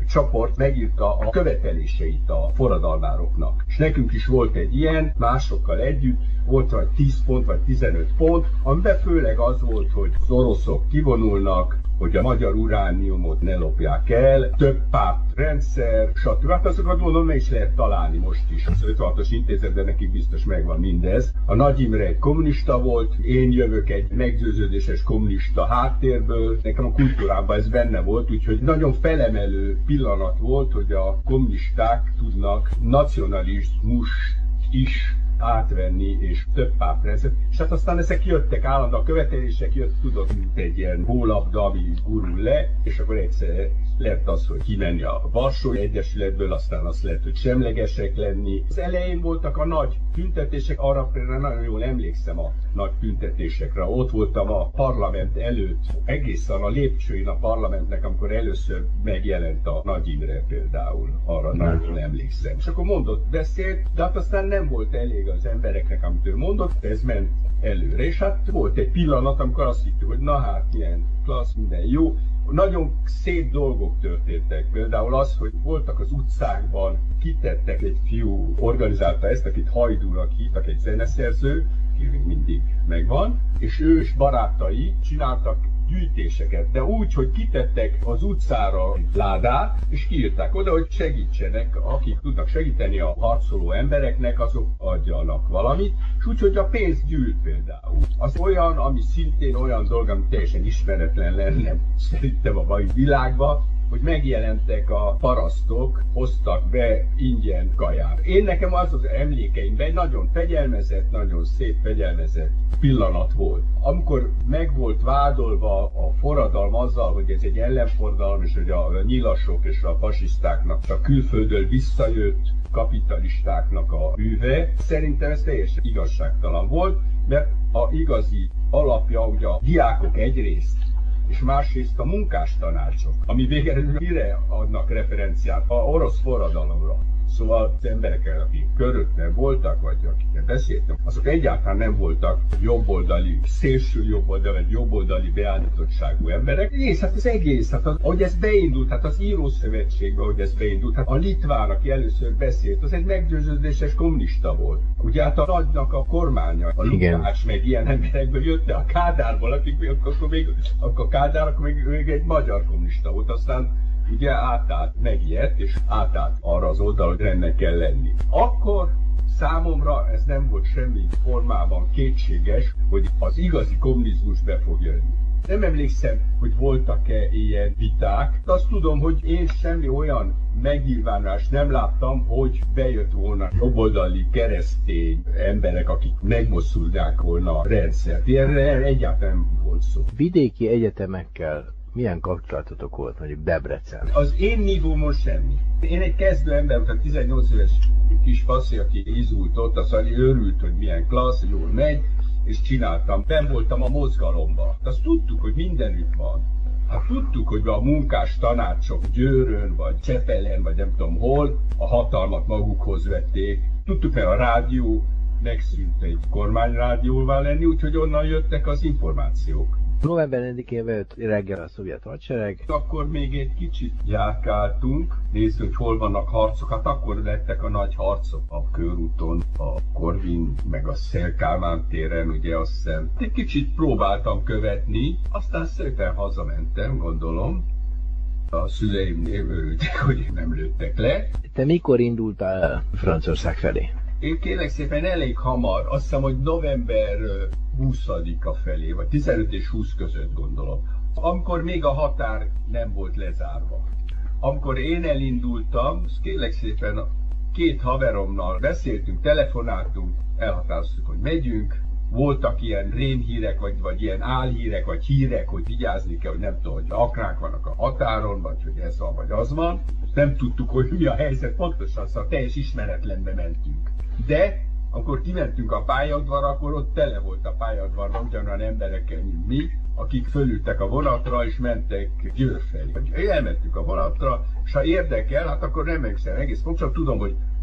csoport megírta a követeléseit a forradalmároknak. És nekünk is volt egy ilyen, másokkal együtt, volt vagy tíz pont, vagy tizenöt pont, amiben főleg az volt, hogy az oroszok kivonulnak, hogy a magyar urániumot ne lopják el, több párt rendszer, stb. Hát azokat mondom, meg is lehet találni most is. Az ötvenhatos intézetben nekik biztos megvan mindez. A Nagy Imre egy kommunista volt, én jövök egy meggyőződéses kommunista háttérből, nekem a kultúrámban ez benne volt, úgyhogy nagyon felemelő pillanat volt, hogy a kommunisták tudnak nacionalizmust is átvenni, és több pártrendszer. És hát aztán ezek jöttek, állandóan követelések jött, tudod, mint egy ilyen hólabda, ami gurul le, és akkor egyszer lett az, hogy kimenni a Varsói Egyesületből, aztán az lett, hogy semlegesek lenni. Az elején voltak a nagy tüntetések, arra például nagyon jól emlékszem a nagy tüntetésekre. Ott voltam a parlament előtt, egészen a lépcsőin a parlamentnek, amikor először megjelent a Nagy Imre például, arra nagyon jól emlékszem. És akkor mondott, beszélt, de hát aztán nem volt elég az embereknek, amit ő mondott, ez ment előre. És hát volt egy pillanat, amikor azt hittük, hogy na hát milyen klassz, minden jó. Nagyon szép dolgok történtek. Például az, hogy voltak az utcákban, kitettek, egy fiú organizálta ezt, akit Hajdúnak hívtak, egy zeneszerző, ki mindig megvan, és ő és barátai csináltak gyűjtéseket, de úgy, hogy kitettek az utcára egy ládát, és kiírták oda, hogy segítsenek, akik tudnak segíteni a harcoló embereknek, azok adjanak valamit, és úgy, hogy a pénz gyűlt például. Az olyan, ami szintén olyan dolog, ami teljesen ismeretlen lenne szerintem a mai világban, hogy megjelentek a parasztok, hoztak be ingyen kaját. Én nekem az az emlékeimben egy nagyon fegyelmezett, nagyon szép fegyelmezett pillanat volt. Amikor meg volt vádolva a forradalom azzal, hogy ez egy ellenforradalom, és hogy a nyilasok és a fasisztáknak a külföldről visszajött kapitalistáknak a műve, szerintem ez teljesen igazságtalan volt, mert a igazi alapja ugye a diákok egyrészt, és másrészt a munkástanácsok, ami végeredményben mire adnak referenciát? A orosz forradalomra. Szóval az emberekkel, akik körülöttem voltak, vagy akikkel beszéltem, azok egyáltalán nem voltak jobboldali, szélső jobboldali, vagy jobboldali beállítottságú emberek. És hát az egész, hát az, ahogy ez beindult, hát az Írószövetségben, ahogy ez beindult, hát a litván, aki először beszélt, az egy meggyőződéses kommunista volt. Ugye hát a nagynak a kormánya, a Lukács, meg ilyen emberekből jött, a Kádárból, akik akkor még, akkor Kádár, akkor még, még egy magyar kommunista volt, aztán ugye átállt, megijedt, és átállt arra az oldalra, hogy rendnek kell lenni. Akkor számomra ez nem volt semmi formában kétséges, hogy az igazi kommunizmus be fog jönni. Nem emlékszem, hogy voltak-e ilyen viták, de azt tudom, hogy én semmi olyan megnyilvánulást nem láttam, hogy bejött volna jobboldali keresztény emberek, akik megmozdulnák volna a rendszert. Ilyenre egyáltalán nem volt szó. Vidéki egyetemekkel milyen kapcsolatotok volt, mondjuk Debrecen? Az én nívómon semmi. Én egy kezdő ember voltam, tizennyolc éves kis faszi, aki izult ott, aztán örült, hogy milyen klassz, jól megy, és csináltam. Ben voltam a mozgalomban. Azt tudtuk, hogy mindenütt van. Hát tudtuk, hogy a munkás tanácsok Győrön, vagy Csepelen, vagy nem tudom hol, a hatalmat magukhoz vették. Tudtuk, mert a rádió megszűnt egy kormányrádióvá lenni, úgyhogy onnan jöttek az információk. november negyedikén bejött reggel a szovjet hadsereg. Akkor még egy kicsit járkáltunk, nézzük, hogy hol vannak harcok. Hát akkor lettek a nagy harcok a körúton, a Korvin, meg a Széll-Kálmán téren, ugye azt hiszem. Egy kicsit próbáltam követni, aztán szépen hazamentem, gondolom. A szüleimnél örültek, hogy nem lőttek le. Te mikor indultál el Franciaország felé? Én kérlek szépen elég hamar, azt hiszem, hogy november huszadika felé, vagy tizenöt és húsz között gondolom. Amikor még a határ nem volt lezárva. Amikor én elindultam, kérlek szépen két haveromnal beszéltünk, telefonáltunk, elhatároztuk, hogy megyünk. Voltak ilyen rémhírek, vagy, vagy ilyen álhírek, vagy hírek, hogy vigyázni kell, hogy nem tudom, hogy akrák vannak a határon, vagy hogy ez van, vagy az van. Nem tudtuk, hogy mi a helyzet pontosan, szóval teljes ismeretlenbe mentünk. De amikor kimentünk a pályaudvarra, akkor ott tele volt a pályaudvarban ugyanolyan emberekkel, mint mi, akik fölültek a vonatra és mentek Győr felé. Elmentünk a vonatra, és ha érdekel, hát akkor nem emlékszem egész pontosan, tudom, hogy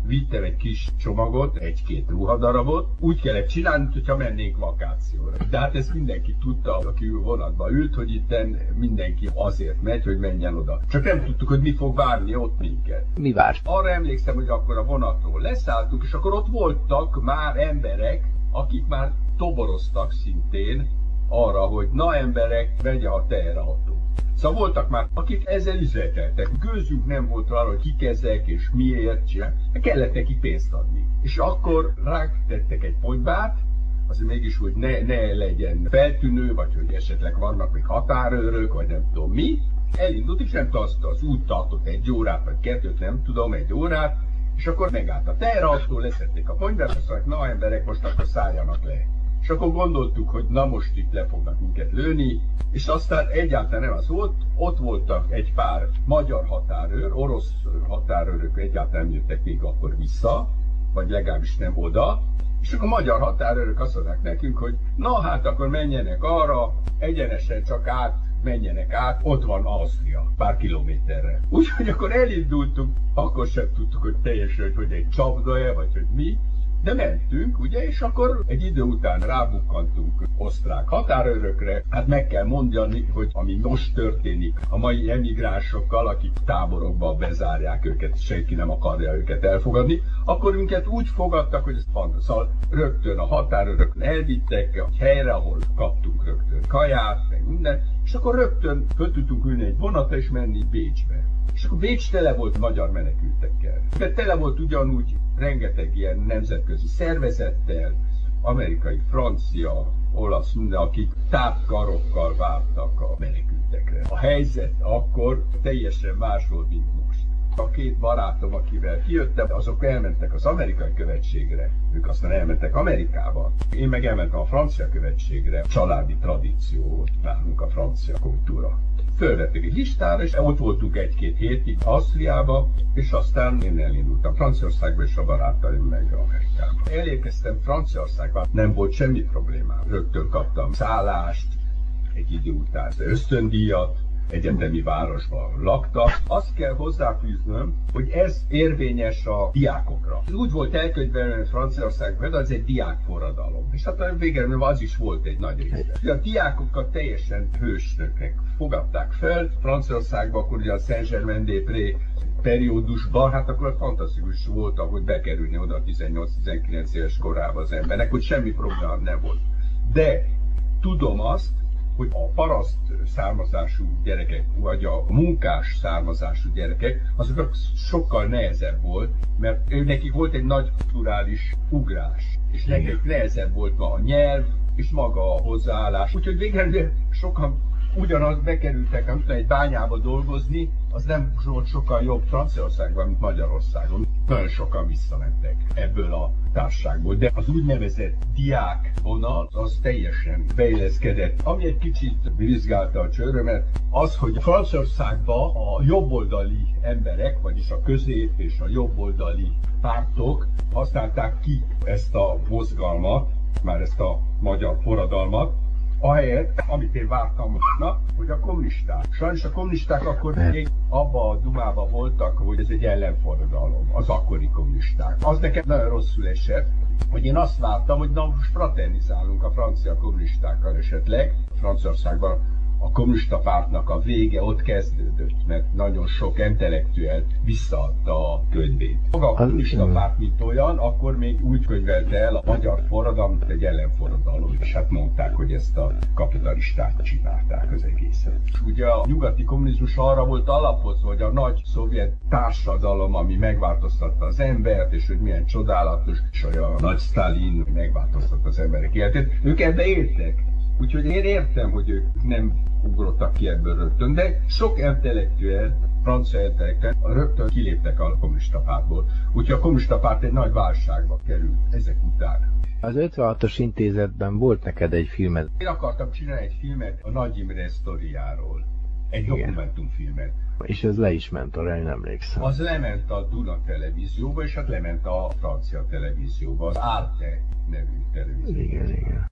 vittem egy kis csomagot, egy-két ruhadarabot, úgy kellett csinálni, mintha mennénk vakációra. De hát ezt mindenki tudta, aki vonatba ült, hogy itten mindenki azért megy, hogy menjen oda. Csak nem tudtuk, hogy mi fog várni ott minket. Mi várt? Arra emlékszem, hogy akkor a vonatról leszálltunk, és akkor ott voltak már emberek, akik már toboroztak szintén arra, hogy na emberek, vegye a teherautó. Szóval voltak már, akik ezzel üzleteltek. Gőzünk nem volt arra, hogy kik ezek és miért csinál. Kellett neki pénzt adni. És akkor ránk tettek egy ponybát, azért mégis, hogy ne, ne legyen feltűnő, vagy hogy esetleg vannak még határőrök, vagy nem tudom mi. Elindult, és nem azt az út tartott egy órát, vagy kettőt, nem tudom, egy órát, és akkor megállt a teherautó, leszették a ponybát, azt mondták, na emberek, most akkor szálljanak le. És akkor gondoltuk, hogy na most itt le fognak minket lőni, és aztán egyáltalán nem az volt, ott voltak egy pár magyar határőr, orosz határőrök egyáltalán nem jöttek még akkor vissza, vagy legalábbis nem oda, és akkor a magyar határőrök azt mondták nekünk, hogy na hát akkor menjenek arra, egyenesen csak át, menjenek át, ott van Ausztria, pár kilométerre. Úgyhogy akkor elindultunk, akkor sem tudtuk, hogy teljesen, hogy egy csapda-e, vagy hogy mi, de mentünk, ugye, és akkor egy idő után rábukkantunk osztrák határőrökre. Hát meg kell mondani, hogy ami most történik a mai emigránsokkal, akik táborokban bezárják őket, senki nem akarja őket elfogadni, akkor minket úgy fogadtak, hogy ez van. Szóval rögtön a határőrök elvittek egy helyre, ahol kaptunk rögtön kaját, meg minden, és akkor rögtön föl tudtunk ülni egy vonatra és menni Bécsbe. És akkor Bécs tele volt magyar menekültekkel. De tele volt ugyanúgy rengeteg ilyen nemzetközi szervezettel, amerikai, francia, olasz, minden, akik tápkarokkal vártak a menekültekre. A helyzet akkor teljesen más volt, mint most. A két barátom, akivel kijöttem, azok elmentek az amerikai követségre. Ők aztán elmentek Amerikába. Én meg elmentem a francia követségre. Családi tradíció volt nálunk a francia kultúra. Fölvettük egy listára, és ott voltunk egy-két hétig Ausztriába, és aztán én elindultam Franciaországba, és a barátaim meg Amerikába. Elérkeztem Franciaországba, nem volt semmi problémám. Rögtön kaptam szállást, egy idő után ösztöndíjat, egyetemi városban laktak. Azt kell hozzáfűznöm, hogy ez érvényes a diákokra. Úgy volt elkönyvelve Franciaországban, de az egy diákforradalom. És hát a végén az is volt egy nagy része. A diákokat teljesen hősnöknek fogadták fel. Franciaországban akkor ugye a Saint-Germain-des-Prés periódusban, hát akkor fantasztikus volt, ahogy bekerülni oda tizennyolc-tizenkilenc éves korában az embernek, hogy semmi probléma nem volt. De tudom azt, hogy a paraszt származású gyerekek, vagy a munkás származású gyerekek, azok sokkal nehezebb volt, mert nekik volt egy nagy kulturális ugrás, és nekik nehezebb volt ma a nyelv, és maga a hozzáállás. Úgyhogy végül sokan ugyanaz bekerültek, nem tudom, egy bányába dolgozni, az nem volt sokkal jobb Franciaországban, mint Magyarországon. Nagyon sokan visszamentek ebből a társaságból, de az úgynevezett diák vonal az teljesen beilleszkedett. Ami egy kicsit vizsgálta a csőrömet, az, hogy Franciaországban a jobboldali emberek, vagyis a közép és a jobboldali pártok használták ki ezt a mozgalmat, már ezt a magyar forradalmat, ahelyett, amit én vártam volna, hogy a kommunisták. Sajnos a kommunisták akkor még abba a dumában voltak, hogy ez egy ellenforradalom, az akkori kommunisták. Az nekem nagyon rosszul esett, hogy én azt vártam, hogy na most fraternizálunk a francia kommunistákkal esetleg. Franciaországban a kommunista pártnak a vége ott kezdődött, mert nagyon sok intellektuel visszaadta a könyvét. Maga a kommunista párt, mint olyan, akkor még úgy könyvelte el a magyar forradalmat, egy ellenforradalom, és hát mondták, hogy ezt a kapitalisták csinálták az egészet. És ugye a nyugati kommunizmus arra volt alapozva, hogy a nagy szovjet társadalom, ami megváltoztatta az embert, és hogy milyen csodálatos, és hogy a nagy Sztálin megváltoztatta az emberek életét, ők ebbe éltek. Úgyhogy én értem, hogy ők nem ugrottak ki ebből rögtön, de sok intellektuel, francia intellektuel rögtön kiléptek a kommunista pártból. Úgyhogy a kommunista párt egy nagy válságba került ezek után. Az ötvenhatos intézetben volt neked egy filmed. Én akartam csinálni egy filmet a Nagy Imre sztoriáról. Egy igen. Dokumentumfilmet. És ez le is ment, arra én emlékszem. Az lement a Duna televízióba, és hát lement a francia televízióba, az Arte nevű televízióba. Igen, igen.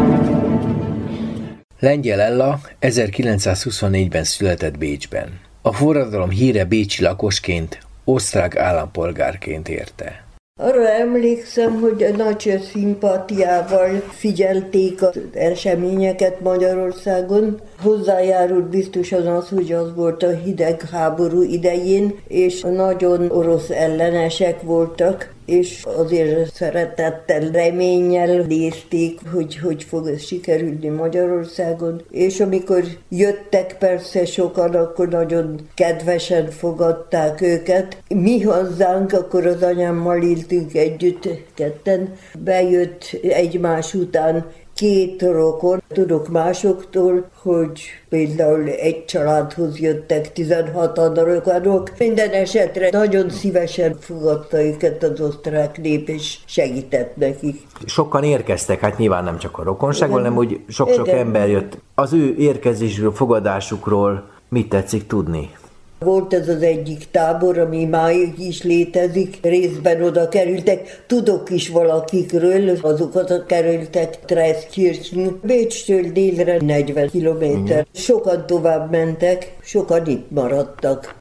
Lengyel Ella ezerkilencszázhuszonnégyben született Bécsben. A forradalom híre bécsi lakosként osztrák állampolgárként érte. Arra emlékszem, hogy nagy szimpátiával figyelték az eseményeket Magyarországon. Hozzájárult biztosan az, hogy az volt a hidegháború idején, és nagyon orosz ellenesek voltak, és azért szeretettel, reménnyel nézték, hogy hogy fog ez sikerülni Magyarországon. És amikor jöttek persze sokan, akkor nagyon kedvesen fogadták őket. Mi hozzánk, akkor az anyámmal éltünk együtt ketten, bejött egymás után két rokon. Tudok másoktól, hogy például egy családhoz jöttek tizenhatan rokonok. Minden esetre nagyon szívesen fogadta őket az osztrák nép, és segített nekik. Sokan érkeztek, hát nyilván nem csak a rokonságból, hanem úgy sok-sok Igen. ember jött. Az ő érkezésről, fogadásukról mit tetszik tudni? Volt ez az egyik tábor, ami máig is létezik, részben oda kerültek. Tudok is valakikről, azok oda kerültek Treskirchen, Bécstől délre negyven kilométer. Sokan tovább mentek, sokan itt maradtak.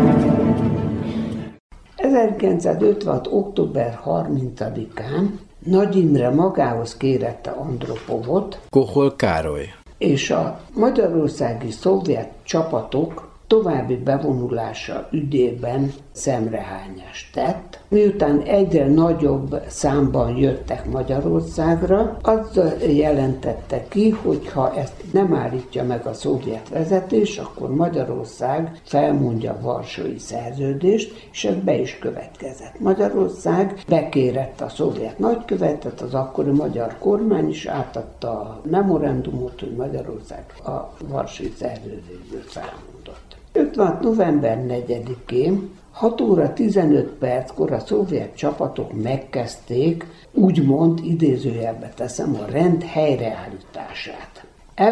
ezerkilencszázötvenhat. október harmincadikán Nagy Imre magához kérette Andropovot, Kohol Károly, és a magyarországi szovjet csapatok további bevonulása ügyében szemrehányást tett. Miután egyre nagyobb számban jöttek Magyarországra, azzal jelentette ki, hogy ha ezt nem állítja meg a szovjet vezetés, akkor Magyarország felmondja a Varsói Szerződést, és ez be is következett. Magyarország bekérett a szovjet nagykövetet, az akkori magyar kormány is átadta a memorandumot, hogy Magyarország a Varsói Szerződésből felmondott. ötvenhat. november negyedikén hat óra tizenöt perckor a szovjet csapatok megkezdték, úgymond idézőjelbe teszem, a rend helyreállítását.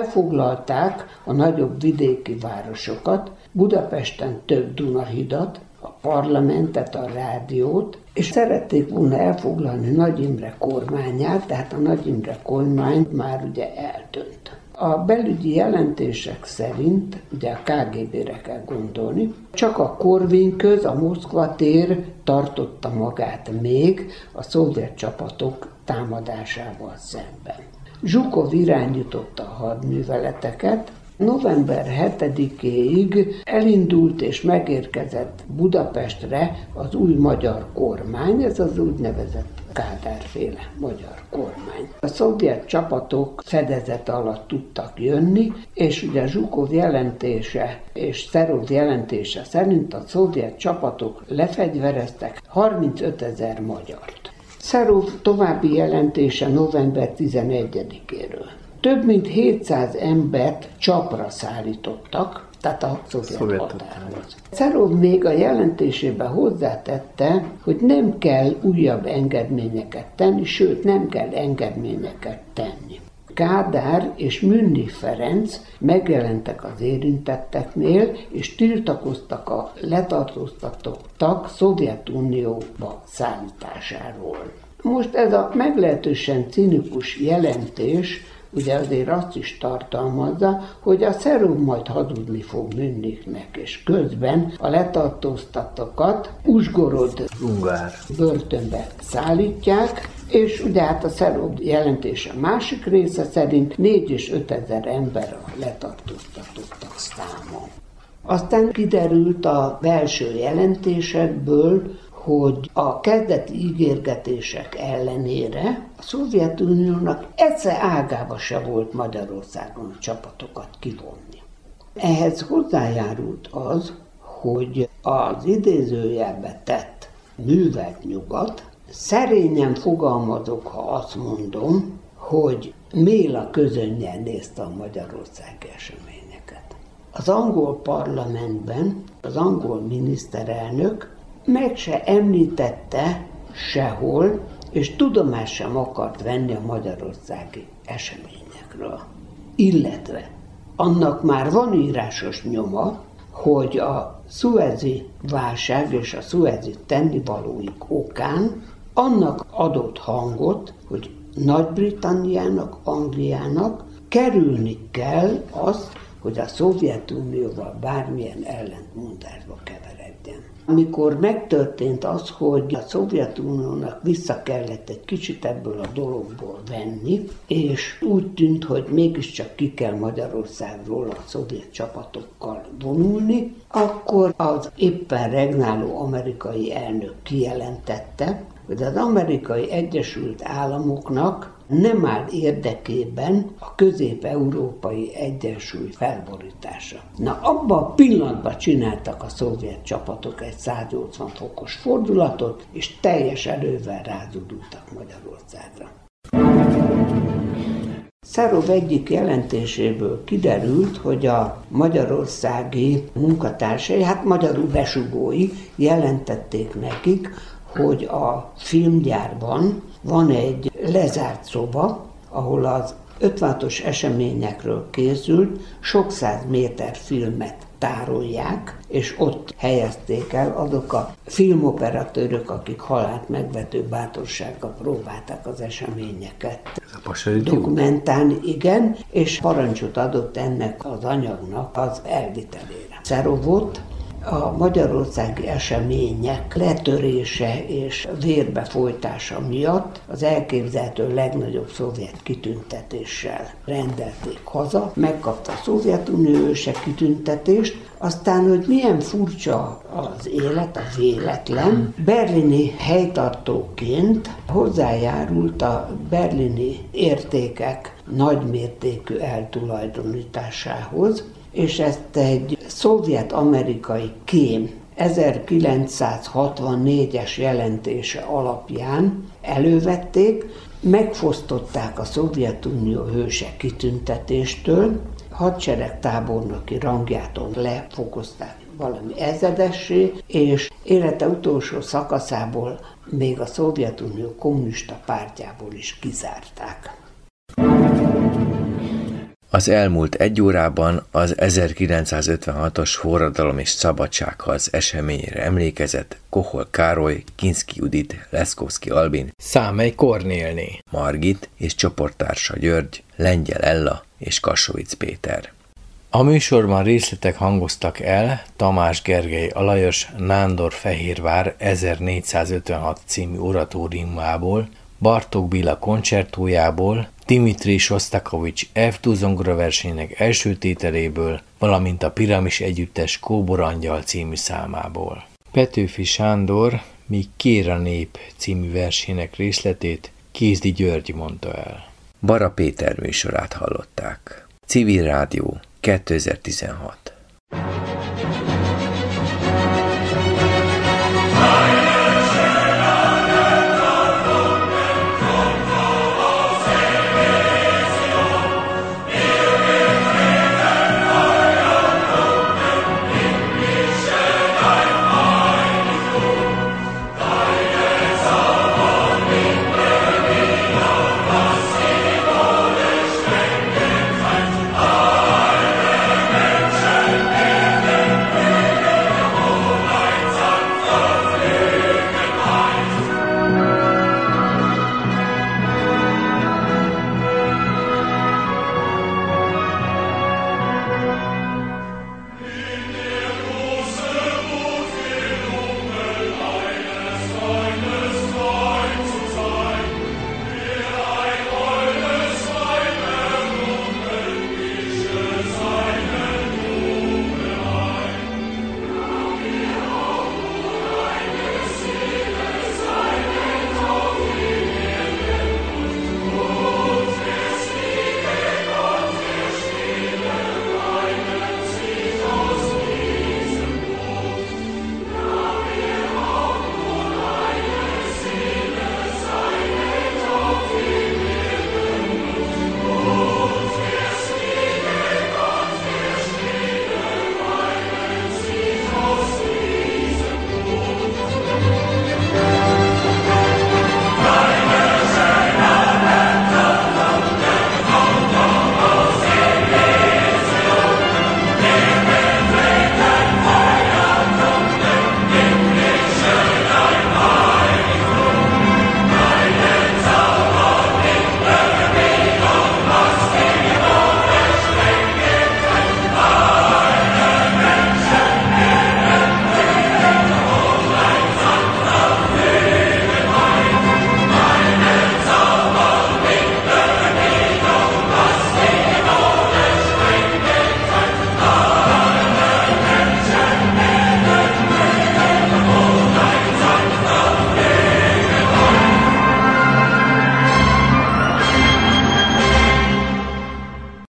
Elfoglalták a nagyobb vidéki városokat, Budapesten több Dunahidat, a parlamentet, a rádiót, és szerették volna elfoglalni Nagy Imre kormányát, tehát a Nagy Imre kormány már ugye eltűnt. A belügyi jelentések szerint, ugye a ká gé bére kell gondolni, csak a Korvin-köz, a Moszkva tér tartotta magát még a szovjet csapatok támadásával szemben. Zsukov irányította a hadműveleteket, november hetedikéig elindult és megérkezett Budapestre az új magyar kormány, ez az úgynevezett Kádár-féle magyar kormány. A szovjet csapatok fedezete alatt tudtak jönni, és ugye Zsukov jelentése és Szerov jelentése szerint a szovjet csapatok lefegyvereztek harmincötezer magyart. Szerov további jelentése november tizenegyedikéről. Több mint hétszáz embert csapra szállítottak, tehát a szovjet határhoz. Szerov még a jelentésében hozzátette, hogy nem kell újabb engedményeket tenni, sőt nem kell engedményeket tenni. Kádár és Münni Ferenc megjelentek az érintetteknél, és tiltakoztak a letartóztatottak Szovjetunióba szállításáról. Most ez a meglehetősen cinikus jelentés ugye azért azt is tartalmazza, hogy a Szerov majd hazudni fog Münniknek, és közben a letartóztatokat Uzsgorod Ungár börtönbe szállítják, és ugye hát a Szerov jelentése másik része szerint négy és ötezer ember a letartóztatottak száma. Aztán kiderült a belső jelentésekből, hogy a kezdeti ígérgetések ellenére a Szovjetuniónak egyszer ágába se volt Magyarországon a csapatokat kivonni. Ehhez hozzájárult az, hogy az idézőjelbe tett művelt nyugat, szerényen fogalmazok, ha azt mondom, hogy méla közönnyel nézte a magyarországi eseményeket. Az angol parlamentben az angol miniszterelnök meg se említette sehol, és tudomást sem akart venni a magyarországi eseményekről. Illetve annak már van írásos nyoma, hogy a szuezi válság és a szuezi tennivalóik okán annak adott hangot, hogy Nagy-Britanniának, Angliának kerülni kell azt, hogy a Szovjetunióval bármilyen ellentmondásba keveredjen. Amikor megtörtént az, hogy a Szovjetuniónak vissza kellett egy kicsit ebből a dologból venni, és úgy tűnt, hogy mégiscsak ki kell Magyarországról a szovjet csapatokkal vonulni, akkor az éppen regnáló amerikai elnök kijelentette, hogy az Amerikai Egyesült Államoknak nem áll érdekében a közép-európai egyensúly felborítása. Na, abban a pillanatban csináltak a szovjet csapatok egy száznyolcvan fokos fordulatot, és teljes erővel rázudultak Magyarországra. Szerov egyik jelentéséből kiderült, hogy a magyarországi munkatársai, hát magyarul besugói jelentették nekik, hogy a filmgyárban van egy lezárt szoba, ahol az ötvenhatos eseményekről készült sok száz méter filmet tárolják, és ott helyezték el azok a filmoperatőrök, akik halált megvető bátorsággal próbálták az eseményeket dokumentálni, igen, és parancsot adott ennek az anyagnak az elvitelére. Szerovot a magyarországi események letörése és vérbefolytása miatt az elképzelhető legnagyobb szovjet kitüntetéssel rendelték haza. Megkapta a Szovjetunió őse kitüntetést, aztán, hogy milyen furcsa az élet, a véletlen, berlini helytartóként hozzájárult a berlini értékek nagymértékű eltulajdonításához, és ezt egy szovjet-amerikai kém ezerkilencszázhatvannégyes jelentése alapján elővették, megfosztották a Szovjetunió hőse kitüntetéstől, hadseregtábornoki rangjától lefokozták valami ezredessé, és élete utolsó szakaszából még a Szovjetunió kommunista pártjából is kizárták. Az elmúlt egy órában az ezerkilencszázötvenhatos Forradalom és Szabadságharc eseményére emlékezett Kohol Károly, Kinszki Judit, Leszkowski Albin, Számely Kornélné, Margit és csoporttársa György, Lengyel Ella és Kassovicz Péter. A műsorban részletek hangoztak el Tamás Gergely Alajos Nándor-Fehérvár ezernégyszázötvenhat című oratóriumából, Bartók Béla koncertójából, Dimitri Sosztakovics ef dú zongoraversenyének első tételéből, valamint a Piramis Együttes Kóbor Angyal című számából. Petőfi Sándor Míg kér a nép című versének részletét Kézdi György mondta el. Bara Péter műsorát hallották. Civil Rádió kétezer-tizenhat